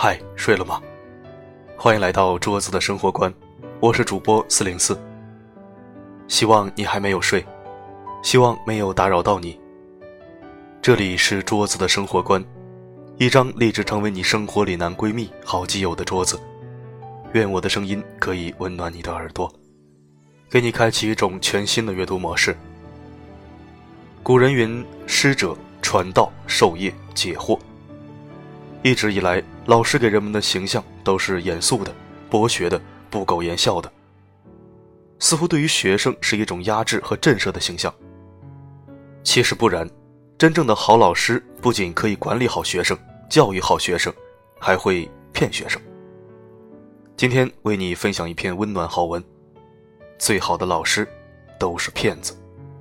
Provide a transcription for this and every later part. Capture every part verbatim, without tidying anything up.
嗨，睡了吗？欢迎来到桌子的生活观，我是主播四零四。希望你还没有睡，希望没有打扰到你。这里是桌子的生活观，一张立志成为你生活里男闺蜜、好基友的桌子。愿我的声音可以温暖你的耳朵，给你开启一种全新的阅读模式。古人云：师者，传道授业解惑。一直以来，老师给人们的形象都是严肃的、博学的、不苟言笑的，似乎对于学生是一种压制和震慑的形象。其实不然，真正的好老师不仅可以管理好学生、教育好学生，还会骗学生。今天为你分享一篇温暖好文：最好的老师都是骗子。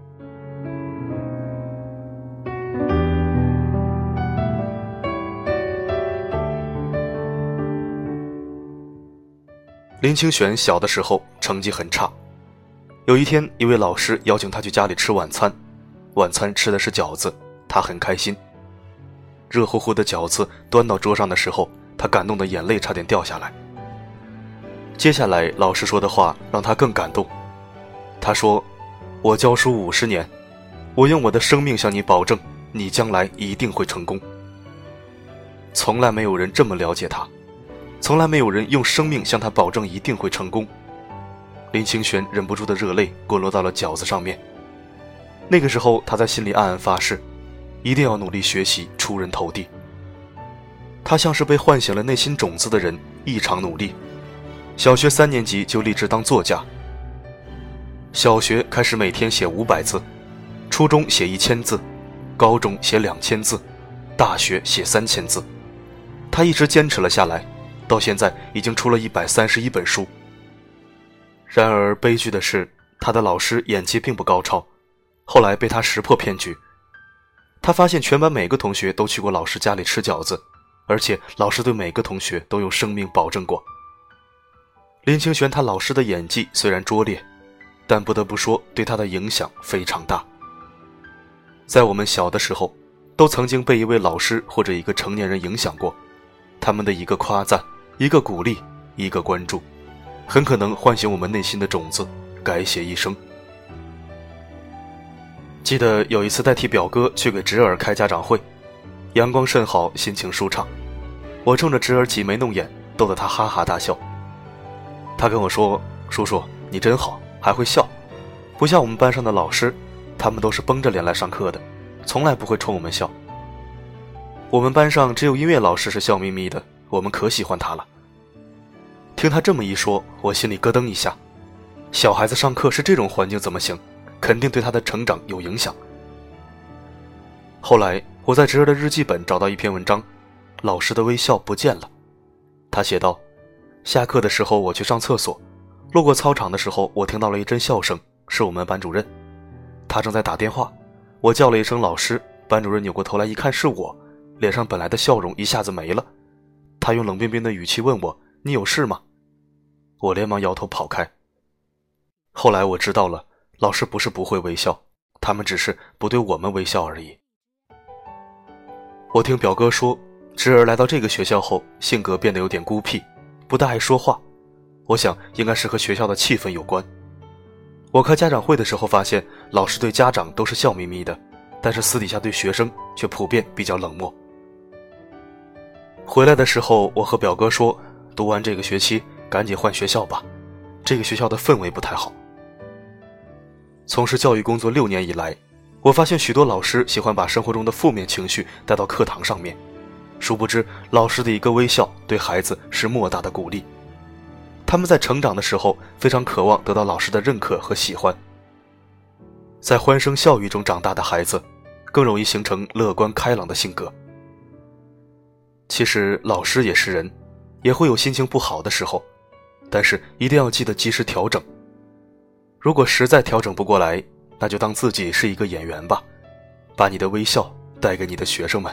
林清玄小的时候成绩很差，有一天一位老师邀请他去家里吃晚餐，晚餐吃的是饺子，他很开心。热乎乎的饺子端到桌上的时候，他感动的眼泪差点掉下来。接下来老师说的话让他更感动，他说：我教书五十年，我用我的生命向你保证，你将来一定会成功。从来没有人这么了解他，从来没有人用生命向他保证一定会成功。林清玄忍不住的热泪滚落到了饺子上面。那个时候他在心里暗暗发誓，一定要努力学习，出人头地。他像是被唤醒了内心种子的人，异常努力。小学三年级就立志当作家，小学开始每天写五百字，初中写一千字，高中写两千字，大学写三千字。他一直坚持了下来，到现在已经出了一百三十一本书。然而悲剧的是，他的老师演技并不高超，后来被他识破骗局。他发现全班每个同学都去过老师家里吃饺子，而且老师对每个同学都用生命保证过。林清玄他老师的演技虽然拙劣，但不得不说对他的影响非常大。在我们小的时候，都曾经被一位老师或者一个成年人影响过，他们的一个夸赞，一个鼓励，一个关注，很可能唤醒我们内心的种子，改写一生。记得有一次代替表哥去给侄儿开家长会，阳光甚好，心情舒畅，我冲着侄儿挤眉弄眼，逗得他哈哈大笑。他跟我说：叔叔你真好，还会笑，不像我们班上的老师，他们都是绷着脸来上课的，从来不会冲我们笑。我们班上只有音乐老师是笑眯眯的，我们可喜欢他了。听他这么一说，我心里咯噔一下，小孩子上课是这种环境怎么行，肯定对他的成长有影响。后来我在侄儿的日记本找到一篇文章，老师的微笑不见了。他写道：下课的时候我去上厕所，路过操场的时候，我听到了一阵笑声，是我们班主任，他正在打电话，我叫了一声老师，班主任扭过头来一看是我，脸上本来的笑容一下子没了，他用冷冰冰的语气问我：你有事吗？我连忙摇头跑开。后来我知道了，老师不是不会微笑，他们只是不对我们微笑而已。我听表哥说，侄儿来到这个学校后，性格变得有点孤僻，不大爱说话，我想应该是和学校的气氛有关。我开家长会的时候发现，老师对家长都是笑眯眯的，但是私底下对学生却普遍比较冷漠。回来的时候，我和表哥说，读完这个学期赶紧换学校吧，这个学校的氛围不太好。从事教育工作六年以来，我发现许多老师喜欢把生活中的负面情绪带到课堂上面，殊不知老师的一个微笑对孩子是莫大的鼓励。他们在成长的时候非常渴望得到老师的认可和喜欢。在欢声笑语中长大的孩子更容易形成乐观开朗的性格。其实老师也是人，也会有心情不好的时候，但是一定要记得及时调整。如果实在调整不过来，那就当自己是一个演员吧，把你的微笑带给你的学生们。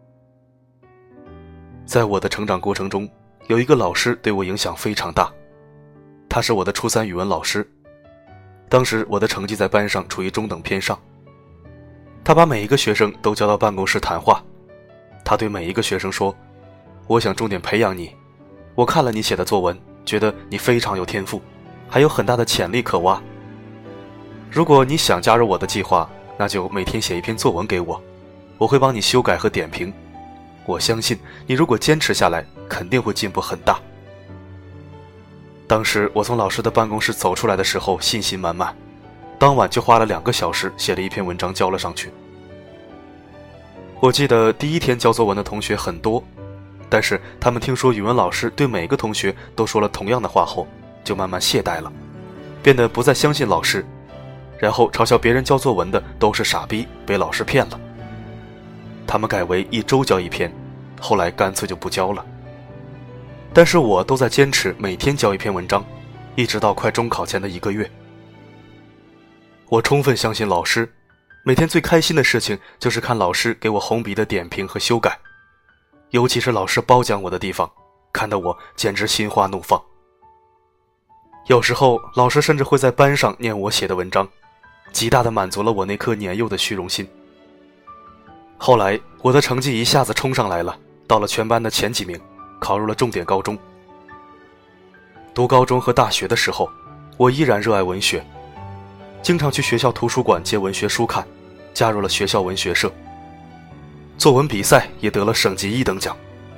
在我的成长过程中，有一个老师对我影响非常大，他是我的初三语文老师。当时我的成绩在班上处于中等偏上，他把每一个学生都叫到办公室谈话，他对每一个学生说： 我想重点培养你。我看了你写的作文，觉得你非常有天赋，还有很大的潜力可挖。如果你想加入我的计划，那就每天写一篇作文给我，我会帮你修改和点评。我相信你如果坚持下来，肯定会进步很大。当时我从老师的办公室走出来的时候信心满满，当晚就花了两个小时写了一篇文章交了上去。我记得第一天交作文的同学很多，但是他们听说语文老师对每个同学都说了同样的话后，就慢慢懈怠了，变得不再相信老师，然后嘲笑别人交作文的都是傻逼，被老师骗了。他们改为一周交一篇，后来干脆就不交了。但是我都在坚持每天交一篇文章，一直到快中考前的一个月。我充分相信老师，每天最开心的事情就是看老师给我红笔的点评和修改，尤其是老师褒奖我的地方，看得我简直心花怒放。有时候老师甚至会在班上念我写的文章，极大地满足了我那颗年幼的虚荣心。后来我的成绩一下子冲上来了，到了全班的前几名，考入了重点高中。读高中和大学的时候，我依然热爱文学，经常去学校图书馆借文学书看，加入了学校文学社，作文比赛也得了省级一等奖。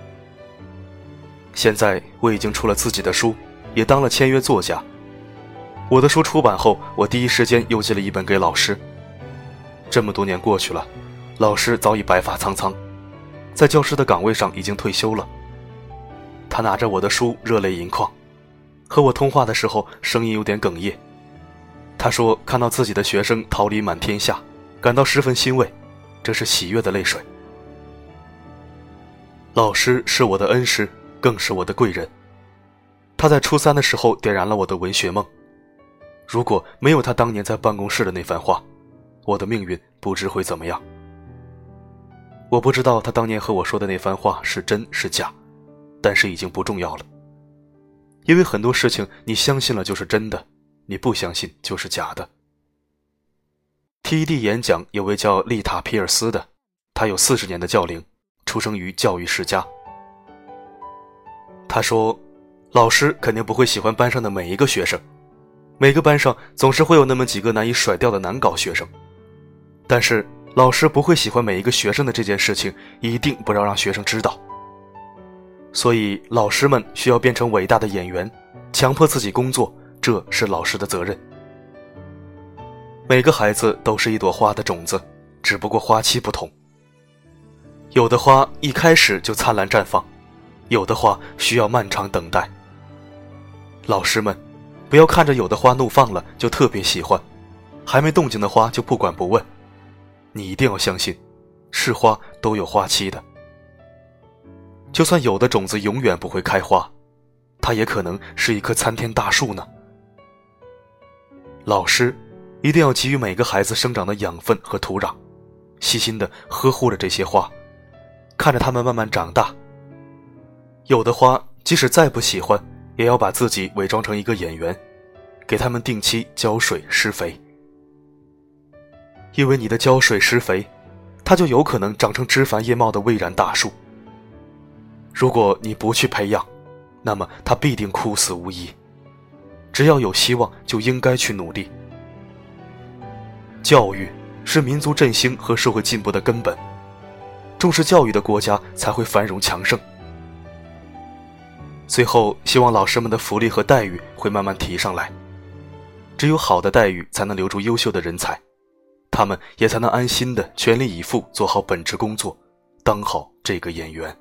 现在我已经出了自己的书，也当了签约作家。我的书出版后，我第一时间邮寄了一本给老师。这么多年过去了，老师早已白发苍苍，在教师的岗位上已经退休了。他拿着我的书热泪盈眶，和我通话的时候声音有点哽咽。他说看到自己的学生桃李满天下，感到十分欣慰，这是喜悦的泪水。老师是我的恩师，更是我的贵人。他在初三的时候点燃了我的文学梦。如果没有他当年在办公室的那番话，我的命运不知会怎么样。我不知道他当年和我说的那番话是真是假，但是已经不重要了。因为很多事情你相信了就是真的，你不相信就是假的。T E D 演讲有位叫丽塔·皮尔斯的，他有四十年的教龄，出生于教育世家。他说，老师肯定不会喜欢班上的每一个学生，每个班上总是会有那么几个难以甩掉的难搞学生，但是老师不会喜欢每一个学生的这件事情，一定不要让学生知道。所以老师们需要变成伟大的演员，强迫自己工作，这是老师的责任。每个孩子都是一朵花的种子，只不过花期不同。有的花一开始就灿烂绽放，有的花需要漫长等待。老师们，不要看着有的花怒放了就特别喜欢，还没动静的花就不管不问。你一定要相信，是花都有花期的。就算有的种子永远不会开花，它也可能是一棵参天大树呢。老师一定要给予每个孩子生长的养分和土壤，细心地呵护着这些花，看着它们慢慢长大。有的花即使再不喜欢，也要把自己伪装成一个演员，给它们定期浇水施肥。因为你的浇水施肥，它就有可能长成枝繁叶茂的蔚然大树。如果你不去培养，那么它必定枯死无疑。只要有希望，就应该去努力。教育是民族振兴和社会进步的根本，重视教育的国家才会繁荣强盛。最后，希望老师们的福利和待遇会慢慢提上来。只有好的待遇才能留住优秀的人才，他们也才能安心的全力以赴做好本职工作，当好这个演员。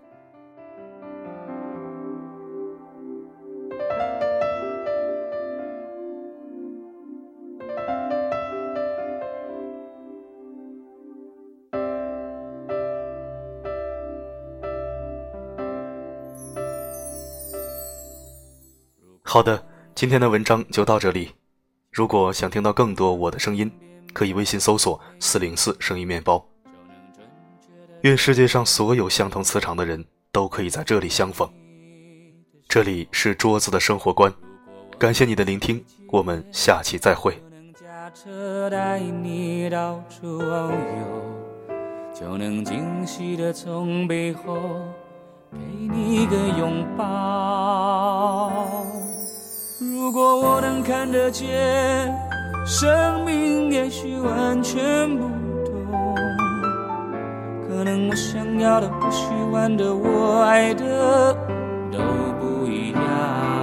好的，今天的文章就到这里。如果想听到更多我的声音，可以微信搜索四零四声音面包。愿世界上所有相同磁场的人都可以在这里相逢。这里是桌子的生活观，感谢你的聆听，我们下期再会。车带你到处遨游，就能惊喜地从背后给你个拥抱。如果我能看得见，生命也许完全不同，可能我想要的不喜欢的我爱的都不一样。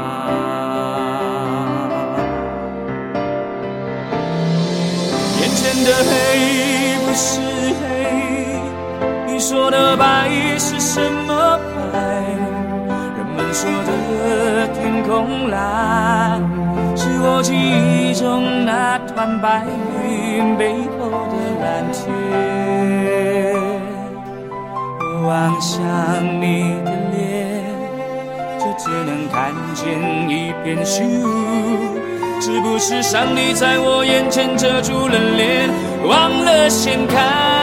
眼前的黑不是黑，你说的白是什么白？人们说的天空蓝，是我记忆中那团白云背后的蓝天。我望向你的脸，就只能看见一片虚无。是不是上帝在我眼前遮住了脸，忘了掀开？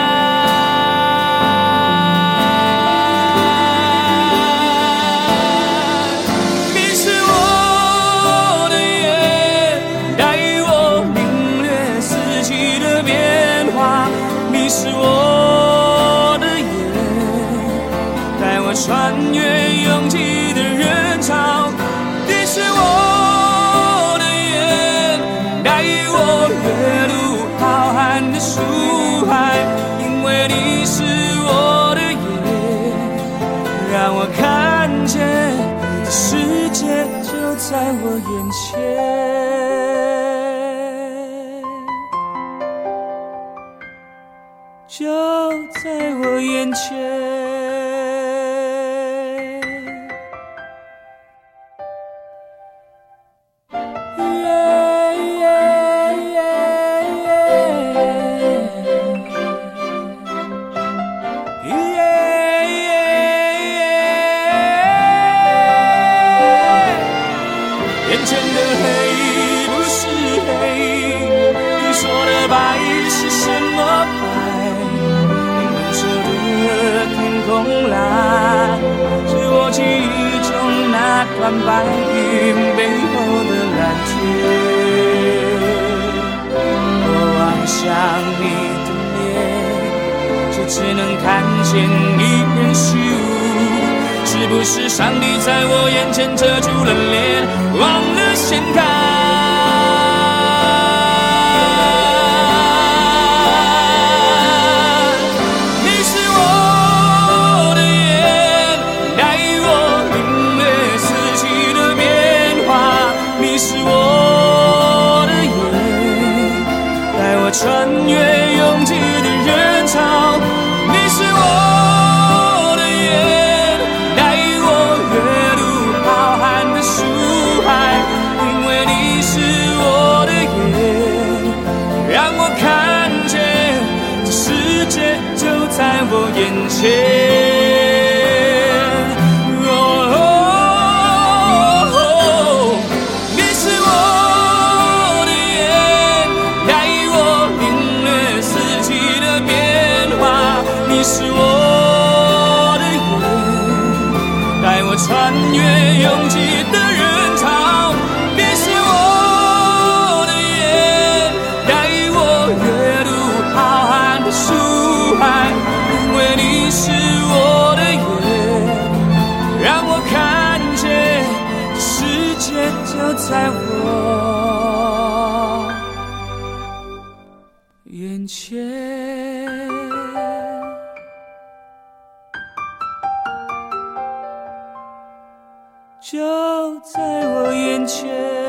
你是我的眼，带我领略四季的变化。你是我的眼，带我穿越拥挤的人潮。你是我阅读浩瀚的书海，因为你是我的眼，让我看见世界就在我眼前，就在我眼前。眼前的黑不是黑，你说的白是什么白？人们说的天空蓝，是我记忆中那团白云背后的蓝天。我望向你的脸，却只能看见一片虚无。是不是上帝在我眼前遮住了脸，忘了掀开？你是我的眼，带我领略四季的变化。你是我的眼，带我穿越拥挤的人潮。你是我的眼，在我眼前，哦哦哦，你是我的眼，带我领略四季的变化。你是我的眼，带我穿越拥挤的人潮。你是我的眼，带我阅读浩瀚的书海。因为你是我的眼，让我看见世界就在我眼前，就在我眼前。